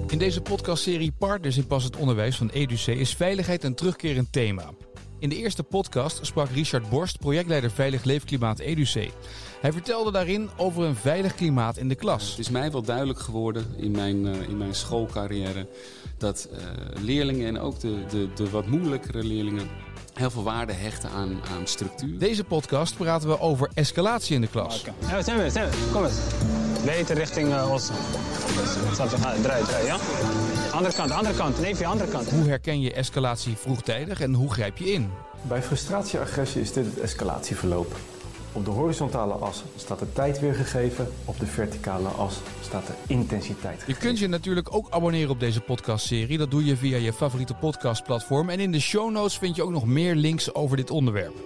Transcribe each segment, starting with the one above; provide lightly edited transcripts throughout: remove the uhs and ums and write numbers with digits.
In deze podcastserie Partners in Passend Onderwijs van EduC is veiligheid een terugkerend thema. In de eerste podcast sprak Richard Borst, projectleider Veilig Leefklimaat EduC. Hij vertelde daarin over een veilig klimaat in de klas. Het is mij wel duidelijk geworden in mijn schoolcarrière dat leerlingen en ook de wat moeilijkere leerlingen heel veel waarde hechten aan structuur. Deze podcast praten we over escalatie in de klas. Ja, zijn we. Kom eens. Beter richting Oosten. Draai, ja? Andere kant. Neefje, andere kant. Hoe herken je escalatie vroegtijdig en hoe grijp je in? Bij frustratie-agressie is dit het escalatieverloop. Op de horizontale as staat de tijd weergegeven, op de verticale as staat de intensiteit. Je kunt je natuurlijk ook abonneren op deze podcastserie. Dat doe je via je favoriete podcastplatform. En in de show notes vind je ook nog meer links over dit onderwerp.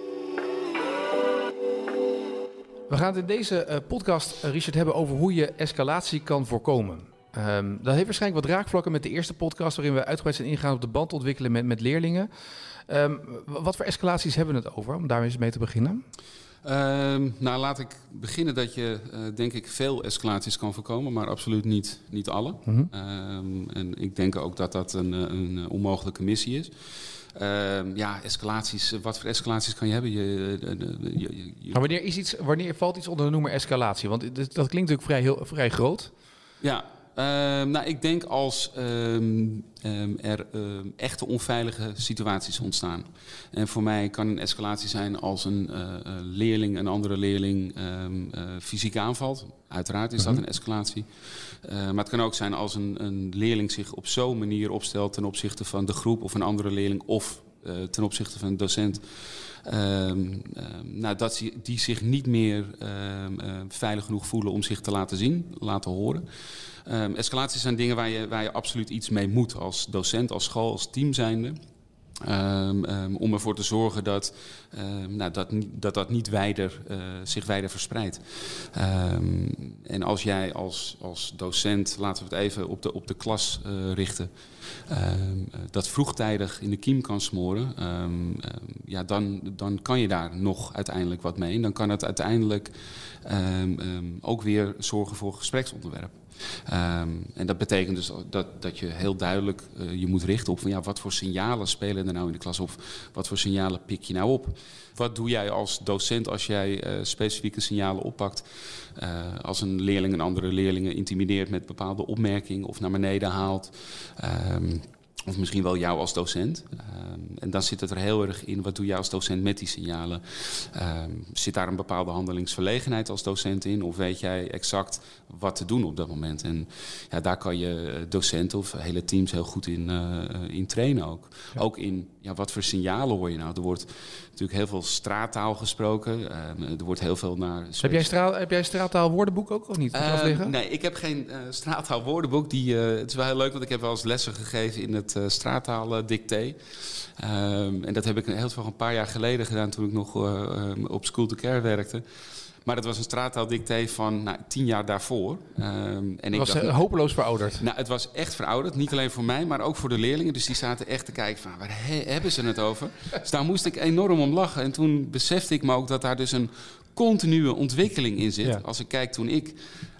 We gaan het in deze podcast, Richard, hebben over hoe je escalatie kan voorkomen. Dat heeft waarschijnlijk wat raakvlakken met de eerste podcast, waarin we uitgebreid zijn ingegaan op de band ontwikkelen met leerlingen. Wat voor escalaties hebben we het over, om daar eens mee te beginnen? Laat ik beginnen dat je, denk ik, veel escalaties kan voorkomen, maar absoluut niet alle. Mm-hmm. En ik denk ook dat dat een onmogelijke missie is. Escalaties, wat voor escalaties kan je hebben? Maar wanneer valt iets onder de noemer escalatie? Want dat klinkt natuurlijk vrij groot. Ja. Ik denk als er echte onveilige situaties ontstaan. En voor mij kan een escalatie zijn als een leerling een andere leerling fysiek aanvalt. Uiteraard is dat een escalatie. Maar het kan ook zijn als een leerling zich op zo'n manier opstelt ten opzichte van de groep of een andere leerling of ten opzichte van een docent. Dat die zich niet meer veilig genoeg voelen om zich te laten zien, laten horen. Escalaties zijn dingen waar je absoluut iets mee moet als docent, als school, als team zijnde. Om ervoor te zorgen dat niet zich wijder verspreidt. En als jij als docent, laten we het even op de klas richten, dat vroegtijdig in de kiem kan smoren, dan kan je daar nog uiteindelijk wat mee. En dan kan het uiteindelijk ook weer zorgen voor gespreksonderwerp. En dat betekent dus dat je heel duidelijk je moet richten op van wat voor signalen spelen er nou in de klas of wat voor signalen pik je nou op. Wat doe jij als docent als jij specifieke signalen oppakt? Als een leerling een andere leerlingen intimideert met bepaalde opmerkingen of naar beneden haalt. Of misschien wel jou als docent. En dan zit het er heel erg in, wat doe jij als docent met die signalen? Zit daar een bepaalde handelingsverlegenheid als docent in? Of weet jij exact wat te doen op dat moment? En daar kan je docenten of hele teams heel goed in trainen ook. Ja. Ook in, wat voor signalen hoor je nou? Er wordt natuurlijk heel veel straattaal gesproken. Er wordt heel veel naar... Heb jij straattaal woordenboek ook of niet? Nee, ik heb geen straattaal woordenboek. Het is wel heel leuk, want ik heb wel eens lessen gegeven in het straattaal-dicté. En dat heb ik een paar jaar geleden gedaan toen ik nog op School to Care werkte. Maar dat was een straattaaldicté van 10 jaar daarvoor. Het was hopeloos verouderd. Het was echt verouderd. Niet alleen voor mij, maar ook voor de leerlingen. Dus die zaten echt te kijken van, waar hebben ze het over? Dus daar moest ik enorm om lachen. En toen besefte ik me ook dat daar dus een continue ontwikkeling in zit. Ja. Als ik kijk toen ik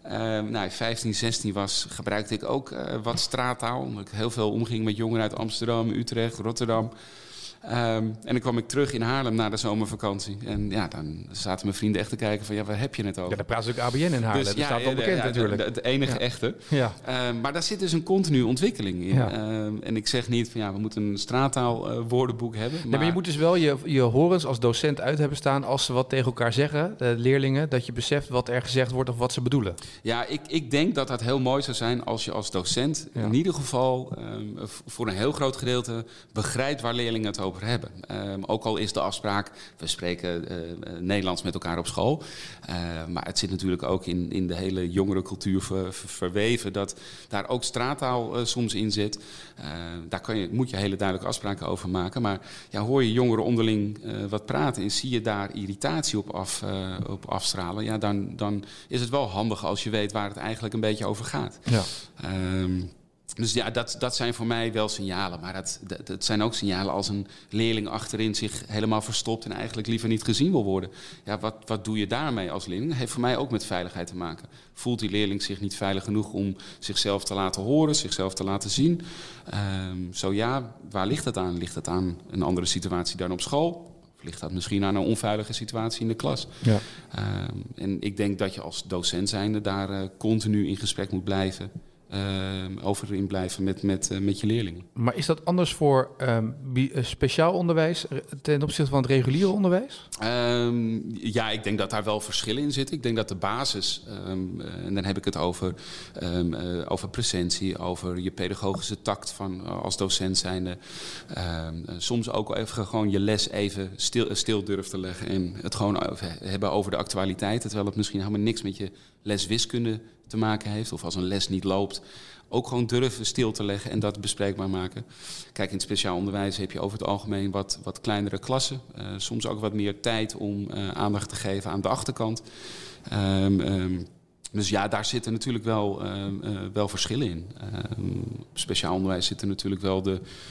15, 16 was, gebruikte ik ook wat straattaal. Omdat ik heel veel omging met jongeren uit Amsterdam, Utrecht, Rotterdam. En dan kwam ik terug in Haarlem na de zomervakantie. En dan zaten mijn vrienden echt te kijken van, waar heb je het over? Ja, daar praat ze ook ABN in Haarlem. Dus, dat staat wel bekend natuurlijk. Het enige echte. Ja. Maar daar zit dus een continue ontwikkeling in. Ja. En ik zeg niet van, we moeten een straattaal woordenboek hebben. Maar je moet dus wel je horens als docent uit hebben staan als ze wat tegen elkaar zeggen, de leerlingen, dat je beseft wat er gezegd wordt of wat ze bedoelen. Ja, ik denk dat dat heel mooi zou zijn als je als docent in ieder geval voor een heel groot gedeelte begrijpt waar leerlingen het over hebben. Ook al is de afspraak, we spreken Nederlands met elkaar op school. Maar het zit natuurlijk ook in de hele jongerencultuur verweven dat daar ook straattaal soms in zit. Daar moet je hele duidelijke afspraken over maken. Maar hoor je jongeren onderling wat praten en zie je daar irritatie op afstralen, dan is het wel handig als je weet waar het eigenlijk een beetje over gaat. Ja. Dus ja, dat zijn voor mij wel signalen. Maar dat zijn ook signalen als een leerling achterin zich helemaal verstopt en eigenlijk liever niet gezien wil worden. Ja, wat doe je daarmee als leerling? Dat heeft voor mij ook met veiligheid te maken. Voelt die leerling zich niet veilig genoeg om zichzelf te laten horen, zichzelf te laten zien? Zo ja, waar ligt het aan? Ligt het aan een andere situatie dan op school? Of ligt dat misschien aan een onveilige situatie in de klas? Ja. En ik denk dat je als docent zijnde daar continu in gesprek moet blijven. Over in blijven met je leerlingen. Maar is dat anders voor speciaal onderwijs ten opzichte van het reguliere onderwijs? Ja, ik denk dat daar wel verschillen in zitten. Ik denk dat de basis, en dan heb ik het over presentie, over je pedagogische tact als docent zijnde. Soms ook even gewoon je les even stil durven te leggen en het gewoon hebben over de actualiteit. Terwijl het misschien helemaal niks met je les wiskunde te maken heeft. Of als een les niet loopt, ook gewoon durven stil te leggen en dat bespreekbaar maken. Kijk, in het speciaal onderwijs heb je over het algemeen wat kleinere klassen. Soms ook wat meer tijd om aandacht te geven aan de achterkant. Dus ja, daar zitten natuurlijk wel verschillen in. Speciaal onderwijs zitten natuurlijk wel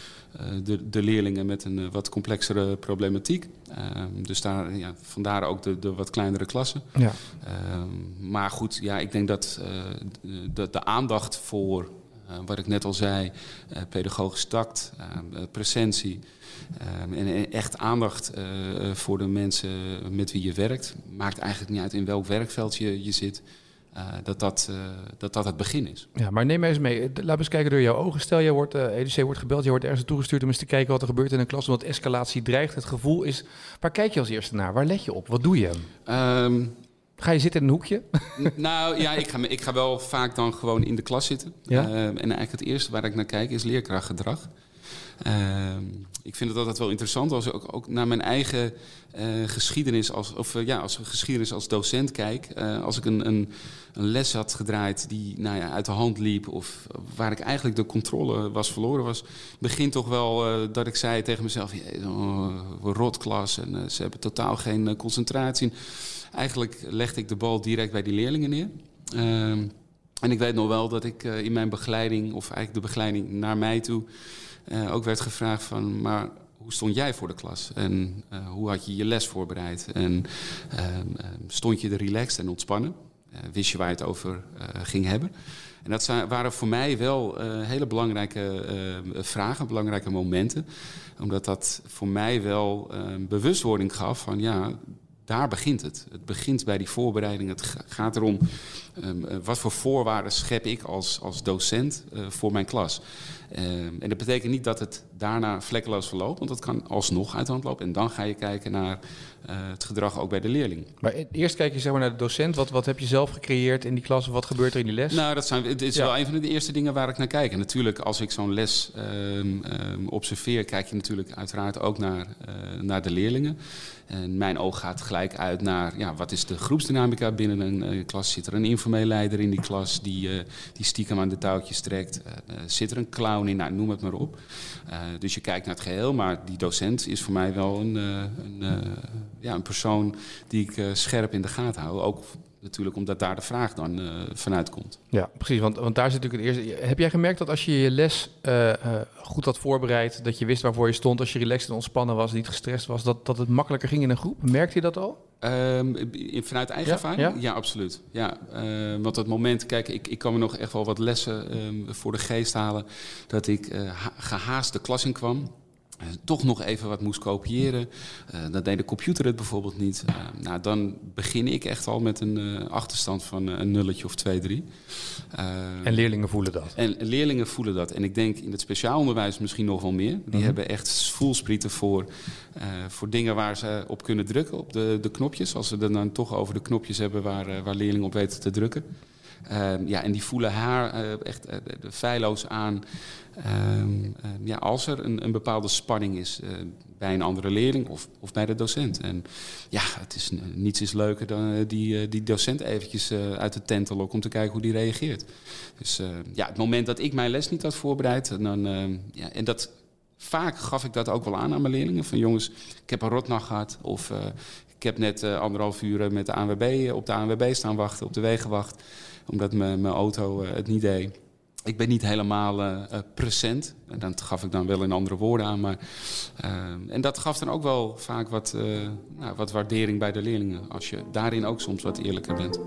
de leerlingen met een wat complexere problematiek. Dus vandaar ook de wat kleinere klassen. Ja. Maar goed, ja, ik denk dat de aandacht voor, wat ik net al zei, pedagogisch tact, presentie en echt aandacht voor de mensen met wie je werkt, maakt eigenlijk niet uit in welk werkveld je zit. Dat het begin is. Ja, maar neem mij eens mee. Laat eens kijken door jouw ogen. Stel, EDC wordt gebeld, je wordt ergens naartoe gestuurd om eens te kijken wat er gebeurt in een klas, omdat escalatie dreigt. Het gevoel is, waar kijk je als eerste naar? Waar let je op? Wat doe je? Ga je zitten in een hoekje? Nou ja, ik ga wel vaak dan gewoon in de klas zitten. Ja? En eigenlijk het eerste waar ik naar kijk is leerkrachtgedrag. Ik vind het altijd wel interessant als ik ook naar mijn eigen geschiedenis als geschiedenis als docent kijk. Als ik een les had gedraaid die uit de hand liep of waar ik eigenlijk de controle verloren was, begint toch wel dat ik zei tegen mezelf, rotklas en ze hebben totaal geen concentratie. Eigenlijk legde ik de bal direct bij die leerlingen neer. En ik weet nog wel dat ik in mijn begeleiding, of eigenlijk de begeleiding naar mij toe, ook werd gevraagd van, maar hoe stond jij voor de klas? En hoe had je je les voorbereid? En stond je er relaxed en ontspannen? Wist je waar je het over ging hebben? En dat waren voor mij wel hele belangrijke vragen, belangrijke momenten. Omdat dat voor mij wel bewustwording gaf van daar begint het. Het begint bij die voorbereiding. Het gaat erom wat voor voorwaarden schep ik als docent voor mijn klas. En dat betekent niet dat het daarna vlekkeloos verloopt, want dat kan alsnog uit de hand lopen. En dan ga je kijken naar het gedrag ook bij de leerling. Maar eerst kijk je naar de docent. Wat heb je zelf gecreëerd in die klas? Wat gebeurt er in die les? Nou, het is wel een van de eerste dingen waar ik naar kijk. En natuurlijk, als ik zo'n les observeer, kijk je natuurlijk uiteraard ook naar de leerlingen. En mijn oog gaat gelijk uit naar wat is de groepsdynamica binnen een klas. Zit er een informeel leider in die klas die stiekem aan de touwtjes trekt? Zit er een clown in? Nou, noem het maar op. Dus je kijkt naar het geheel, maar die docent is voor mij wel een persoon die ik scherp in de gaten hou. Ook natuurlijk omdat daar de vraag dan vanuit komt. Ja, precies. Want daar zit natuurlijk het eerste. Heb jij gemerkt dat als je je les goed had voorbereid, dat je wist waarvoor je stond, als je relaxed en ontspannen was, niet gestrest was, dat het makkelijker ging in een groep? Merkte je dat al? Vanuit eigen ervaring? Ja, absoluut. Ja, want het moment, kijk, ik kan me nog echt wel wat lessen voor de geest halen, dat ik gehaast de klas in kwam. Toch nog even wat moest kopiëren. Dan deed de computer het bijvoorbeeld niet. Dan begin ik echt al met een achterstand van een nulletje of 2, 3. En leerlingen voelen dat? En leerlingen voelen dat. En ik denk in het speciaal onderwijs misschien nog wel meer. Die hebben echt voelsprieten voor dingen waar ze op kunnen drukken, op de knopjes. Als we het dan toch over de knopjes hebben waar leerlingen op weten te drukken. En die voelen haar echt feilloos aan als er een bepaalde spanning is bij een andere leerling of bij de docent. En niets is leuker dan die docent eventjes uit de tent te lokken om te kijken hoe die reageert. Dus het moment dat ik mijn les niet had voorbereid, en dat vaak gaf ik dat ook wel aan mijn leerlingen. Van jongens, ik heb een rotnacht gehad of ik heb net 1,5 uur met de ANWB op de ANWB staan wachten, op de wegenwacht, omdat mijn auto het niet deed. ik ben niet helemaal present. En dat gaf ik dan wel in andere woorden aan. Maar, en dat gaf dan ook wel vaak wat waardering bij de leerlingen. Als je daarin ook soms wat eerlijker bent.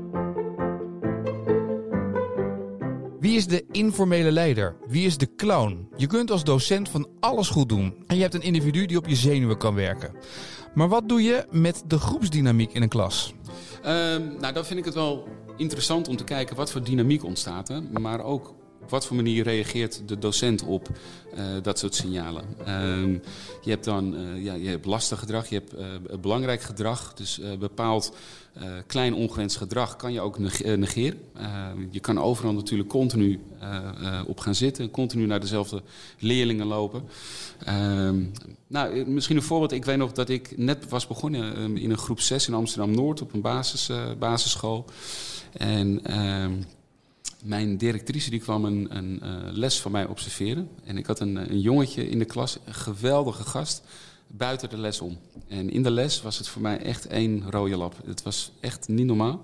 Wie is de informele leider? Wie is de clown? Je kunt als docent van alles goed doen. En je hebt een individu die op je zenuwen kan werken. Maar wat doe je met de groepsdynamiek in een klas? Dan vind ik het wel interessant om te kijken wat voor dynamiek ontstaat er. Maar ook op wat voor manier reageert de docent op dat soort signalen. Je hebt dan je hebt lastig gedrag, je hebt belangrijk gedrag. Dus bepaald klein ongewenst gedrag kan je ook negeren. Je kan overal natuurlijk continu op gaan zitten. Continu naar dezelfde leerlingen lopen. Misschien een voorbeeld. Ik weet nog dat ik net was begonnen in een groep 6 in Amsterdam-Noord op een basisschool. En mijn directrice die kwam een les van mij observeren. En ik had een jongetje in de klas, een geweldige gast, buiten de les om. En in de les was het voor mij echt één rode lap. Het was echt niet normaal.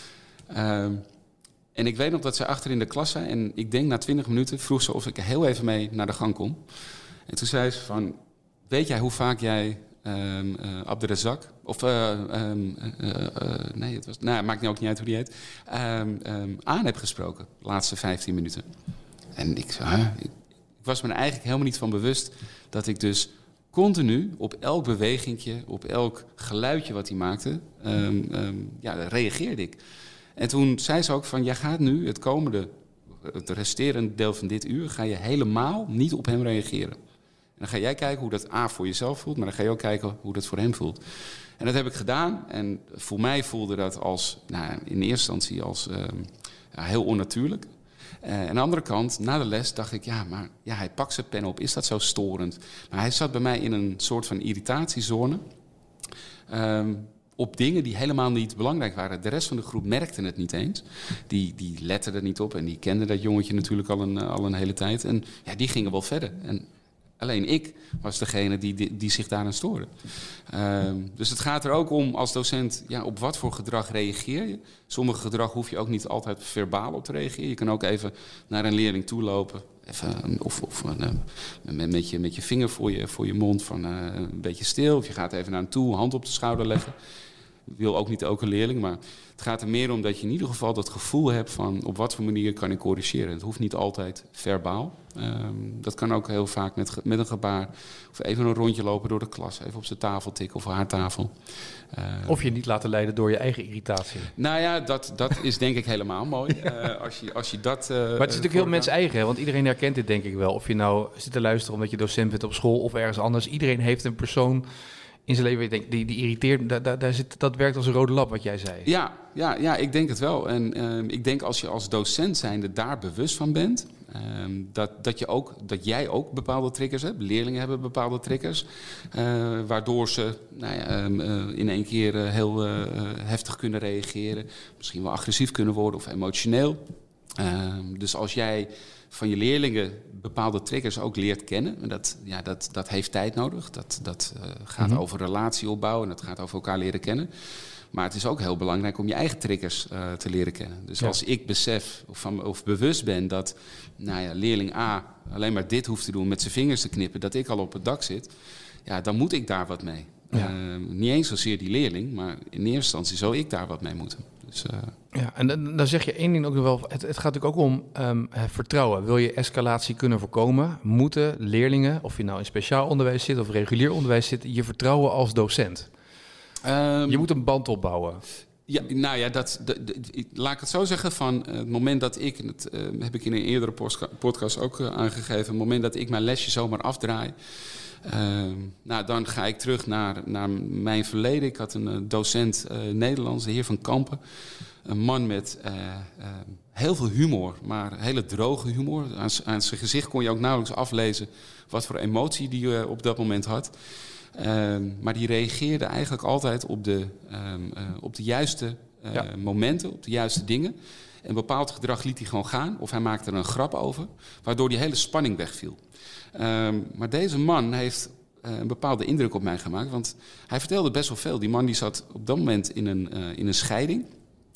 En ik weet nog dat zij achter in de klas zei. En ik denk na 20 minuten vroeg ze of ik heel even mee naar de gang kon. En toen zei ze van, weet jij hoe vaak jij Abderrazak, of nee, het was, maakt ook niet uit hoe die heet, aan heb gesproken de laatste 15 minuten. En ik zei, ik was me er eigenlijk helemaal niet van bewust dat ik dus continu op elk bewegingje, op elk geluidje wat hij maakte, reageerde ik. En toen zei ze ook van, jij gaat nu het resterende deel van dit uur, ga je helemaal niet op hem reageren. En dan ga jij kijken hoe dat voor jezelf voelt, maar dan ga je ook kijken hoe dat voor hem voelt. En dat heb ik gedaan. En voor mij voelde dat in eerste instantie als heel onnatuurlijk. Aan de andere kant, na de les dacht ik, hij pakt zijn pen op. Is dat zo storend? Maar hij zat bij mij in een soort van irritatiezone. Op dingen die helemaal niet belangrijk waren. De rest van de groep merkte het niet eens. Die lette er niet op. En die kende dat jongetje natuurlijk al een hele tijd. En die gingen wel verder. En alleen ik was degene die zich daaraan stoorde. Dus het gaat er ook om als docent, op wat voor gedrag reageer je. Sommige gedrag hoef je ook niet altijd verbaal op te reageren. Je kan ook even naar een leerling toe lopen. Met je vinger voor je mond van een beetje stil. Of je gaat even naar hem toe, hand op de schouder leggen. Ik wil ook niet elke leerling, maar het gaat er meer om dat je in ieder geval dat gevoel hebt van op wat voor manier kan ik corrigeren. Het hoeft niet altijd verbaal. Dat kan ook heel vaak met een gebaar. Of even een rondje lopen door de klas. Even op zijn tafel tikken of haar tafel. Of je niet laten leiden door je eigen irritatie. Dat is denk ik helemaal mooi. Als je dat... maar het is natuurlijk heel mens eigen, want iedereen herkent dit denk ik wel. Of je nou zit te luisteren omdat je docent bent op school of ergens anders. Iedereen heeft een persoon in zijn leven die irriteert. Dat werkt als een rode lap, wat jij zei. Ja, ik denk het wel. En ik denk als je als docent zijnde daar bewust van bent, dat jij ook bepaalde triggers hebt. Leerlingen hebben bepaalde triggers, waardoor ze in één keer heel heftig kunnen reageren. Misschien wel agressief kunnen worden of emotioneel. Dus als jij van je leerlingen bepaalde triggers ook leert kennen. En dat heeft tijd nodig. Dat gaat over relatie opbouwen en dat gaat over elkaar leren kennen. Maar het is ook heel belangrijk om je eigen triggers te leren kennen. Dus als ik besef of bewust ben dat leerling A alleen maar dit hoeft te doen met zijn vingers te knippen, dat ik al op het dak zit, dan moet ik daar wat mee. Ja. Niet eens zozeer die leerling, maar in eerste instantie zou ik daar wat mee moeten. Dus, en dan zeg je één ding ook nog wel. Het gaat natuurlijk ook om vertrouwen. Wil je escalatie kunnen voorkomen, moeten leerlingen, of je nou in speciaal onderwijs zit of regulier onderwijs zit, je vertrouwen als docent. Je moet een band opbouwen. Laat ik het zo zeggen, van het moment dat ik, dat heb ik in een eerdere podcast ook aangegeven, het moment dat ik mijn lesje zomaar afdraai, dan ga ik terug naar mijn verleden. Ik had een docent Nederlands, de heer Van Kampen. Een man met heel veel humor, maar hele droge humor. Aan zijn gezicht kon je ook nauwelijks aflezen wat voor emotie die op dat moment had. Maar die reageerde eigenlijk altijd op de juiste momenten, op de juiste dingen. En bepaald gedrag liet hij gewoon gaan, of hij maakte er een grap over, waardoor die hele spanning wegviel. Maar deze man heeft een bepaalde indruk op mij gemaakt, want hij vertelde best wel veel. Die man die zat op dat moment in een scheiding.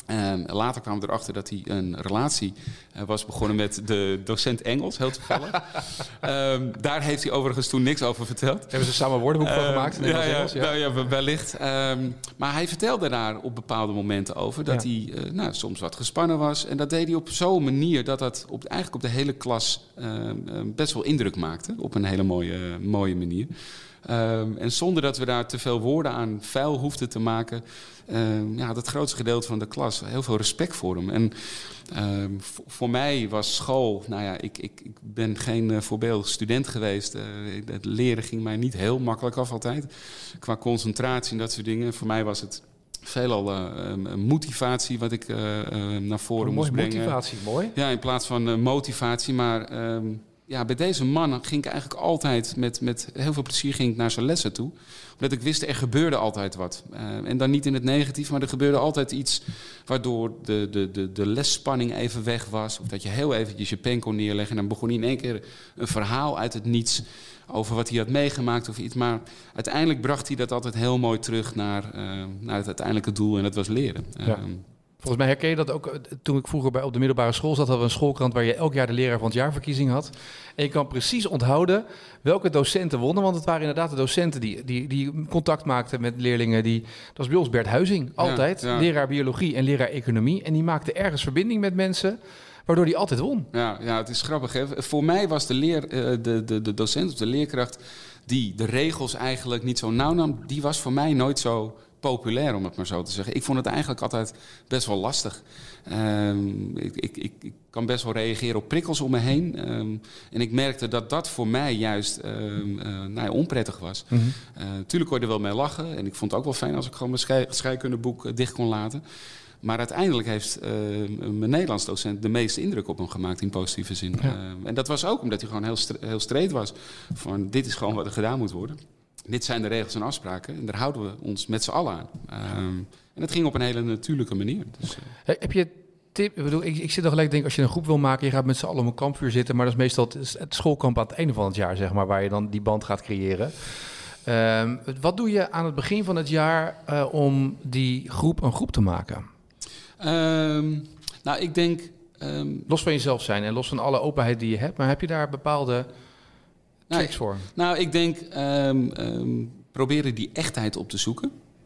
Later kwamen we erachter dat hij een relatie was begonnen met de docent Engels, heel toevallig. Daar heeft hij overigens toen niks over verteld. Hebben ze samen een woordenboek van gemaakt? In Engels? Wellicht. Maar hij vertelde daar op bepaalde momenten over dat hij soms wat gespannen was. En dat deed hij op zo'n manier dat dat eigenlijk op de hele klas best wel indruk maakte. Op een hele mooie manier. En zonder dat we daar te veel woorden aan vuil hoefden te maken, had het grootste gedeelte van de klas heel veel respect voor hem. En voor mij was school, ik ben geen voorbeeldig student geweest. Het leren ging mij niet heel makkelijk af altijd. Qua concentratie en dat soort dingen. Voor mij was het veelal motivatie wat ik naar voren moest brengen. Motivatie, mooi. Ja, in plaats van motivatie, maar bij deze man ging ik eigenlijk altijd met heel veel plezier ging ik naar zijn lessen toe. Omdat ik wist, er gebeurde altijd wat. En dan niet in het negatief, maar er gebeurde altijd iets waardoor de lesspanning even weg was. Of dat je heel eventjes je pen kon neerleggen. En dan begon hij in één keer een verhaal uit het niets over wat hij had meegemaakt of iets. Maar uiteindelijk bracht hij dat altijd heel mooi terug naar het uiteindelijke doel. En dat was leren. Ja. Volgens mij herken je dat ook. Toen ik vroeger op de middelbare school zat, hadden we een schoolkrant waar je elk jaar de leraar van het jaarverkiezing had. En je kan precies onthouden welke docenten wonnen. Want het waren inderdaad de docenten die contact maakten met leerlingen. Dat was bij ons Bert Huizing, altijd. Ja. Leraar biologie en leraar economie. En die maakte ergens verbinding met mensen, waardoor die altijd won. Ja, het is grappig. Hè? Voor mij was de docent of de leerkracht die de regels eigenlijk niet zo nauw nam, die was voor mij nooit zo populair, om het maar zo te zeggen. Ik vond het eigenlijk altijd best wel lastig. Ik kan best wel reageren op prikkels om me heen. En ik merkte dat voor mij juist onprettig was. Mm-hmm. Tuurlijk kon je er wel mee lachen. En ik vond het ook wel fijn als ik gewoon mijn scheikundeboek dicht kon laten. Maar uiteindelijk heeft mijn Nederlands docent de meeste indruk op hem gemaakt in positieve zin. Ja. En dat was ook omdat hij gewoon heel straight was. Van dit is gewoon wat er gedaan moet worden. Dit zijn de regels en afspraken en daar houden we ons met z'n allen aan. En dat ging op een hele natuurlijke manier. Dus, Heb je tip? Ik zit nog gelijk te denken, als je een groep wil maken, je gaat met z'n allen om een kampvuur zitten, maar dat is meestal het schoolkamp aan het einde van het jaar, zeg maar, waar je dan die band gaat creëren. Wat doe je aan het begin van het jaar om die groep een groep te maken? Ik denk los van jezelf zijn en los van alle openheid die je hebt, maar heb je daar bepaalde tricks voor? Nou, ik denk proberen die echtheid op te zoeken.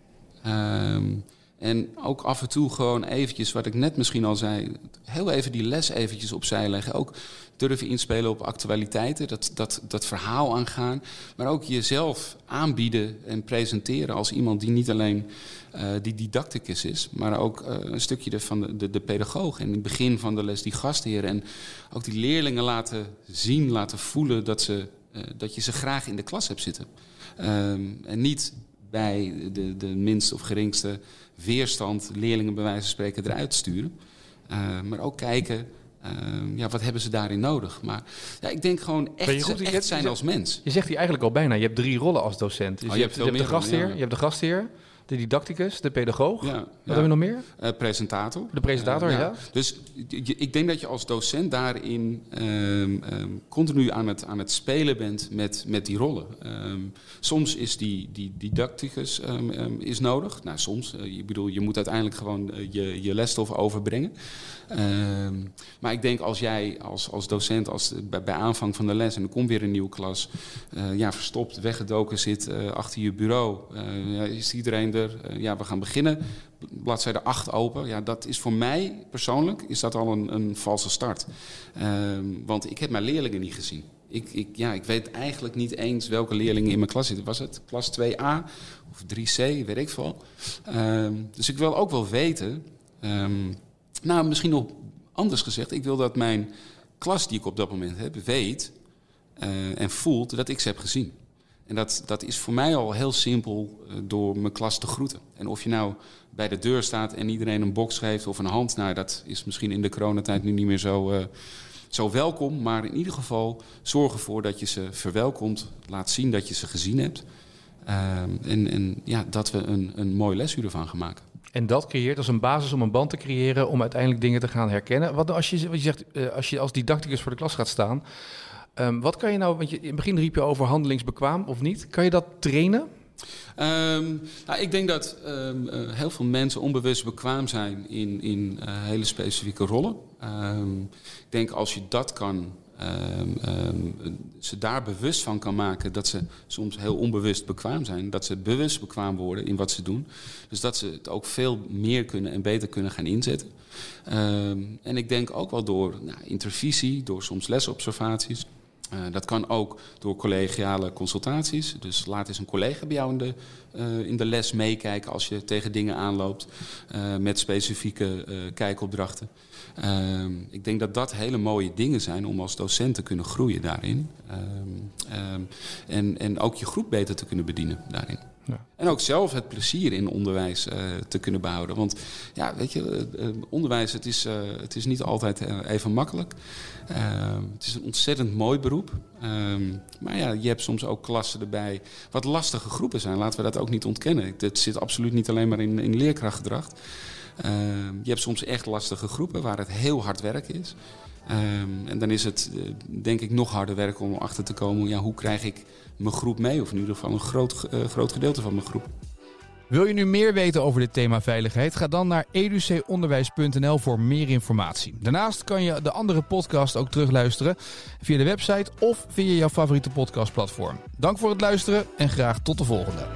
En ook af en toe gewoon eventjes, wat ik net misschien al zei, heel even die les eventjes opzij leggen. Ook durven inspelen op actualiteiten, dat verhaal aangaan. Maar ook jezelf aanbieden en presenteren als iemand die niet alleen die didacticus is, maar ook een stukje van de pedagoog. En in het begin van de les die gastheer. En ook die leerlingen laten zien, laten voelen dat je ze graag in de klas hebt zitten. En niet bij de minste of geringste weerstand leerlingen bij wijze van spreken eruit sturen. Maar ook kijken, wat hebben ze daarin nodig? Maar ik denk gewoon echt zijn als mens. Je zegt hier eigenlijk al bijna, je hebt 3 rollen als docent. Dus je hebt de gastheer, de didacticus, de pedagoog. Ja, wat hebben we nog meer? Presentator. De presentator, ja. Dus ik denk dat je als docent daarin continu aan het spelen bent met die rollen. Soms is die didacticus is nodig. Nou, soms. Je moet uiteindelijk gewoon je lesstof overbrengen. Maar ik denk als jij als docent bij aanvang van de les en er komt weer een nieuwe klas, verstopt, weggedoken zit achter je bureau, is iedereen er? We gaan beginnen. Bladzijde 8 open. Ja, dat is voor mij persoonlijk is dat al een valse start. Want ik heb mijn leerlingen niet gezien. Ik weet eigenlijk niet eens welke leerlingen in mijn klas zitten. Was het klas 2A of 3C, weet ik veel. Dus ik wil ook wel weten, misschien nog anders gezegd, ik wil dat mijn klas die ik op dat moment heb, weet en voelt dat ik ze heb gezien. En dat is voor mij al heel simpel door mijn klas te groeten. En of je nou bij de deur staat en iedereen een box geeft of een hand, dat is misschien in de coronatijd nu niet meer zo welkom. Maar in ieder geval zorg ervoor dat je ze verwelkomt. Laat zien dat je ze gezien hebt. Dat we een mooi lesuur ervan gaan maken. En dat creëert als een basis om een band te creëren om uiteindelijk dingen te gaan herkennen. Wat je zegt, als je als didacticus voor de klas gaat staan, wat kan je nou, want in het begin riep je over handelingsbekwaam of niet. Kan je dat trainen? Ik denk dat heel veel mensen onbewust bekwaam zijn in hele specifieke rollen. Ik denk als je dat kan, ze daar bewust van kan maken dat ze soms heel onbewust bekwaam zijn. Dat ze bewust bekwaam worden in wat ze doen. Dus dat ze het ook veel meer kunnen en beter kunnen gaan inzetten. En ik denk ook wel door intervisie, door soms lesobservaties. Dat kan ook door collegiale consultaties. Dus laat eens een collega bij jou in de les meekijken als je tegen dingen aanloopt met specifieke kijkopdrachten. Ik denk dat dat hele mooie dingen zijn om als docent te kunnen groeien daarin. En ook je groep beter te kunnen bedienen daarin. Ja. En ook zelf het plezier in onderwijs te kunnen behouden. Want ja, weet je, onderwijs, het is niet altijd even makkelijk. Het is een ontzettend mooi beroep. Maar ja, je hebt soms ook klassen erbij wat lastige groepen zijn. Laten we dat ook niet ontkennen. Het zit absoluut niet alleen maar in leerkrachtgedrag. Je hebt soms echt lastige groepen waar het heel hard werk is. En dan is het denk ik nog harder werk om achter te komen, hoe krijg ik mijn groep mee? Of in ieder geval een groot gedeelte van mijn groep. Wil je nu meer weten over dit thema veiligheid? Ga dan naar educonderwijs.nl voor meer informatie. Daarnaast kan je de andere podcast ook terugluisteren via de website of via jouw favoriete podcastplatform. Dank voor het luisteren en graag tot de volgende.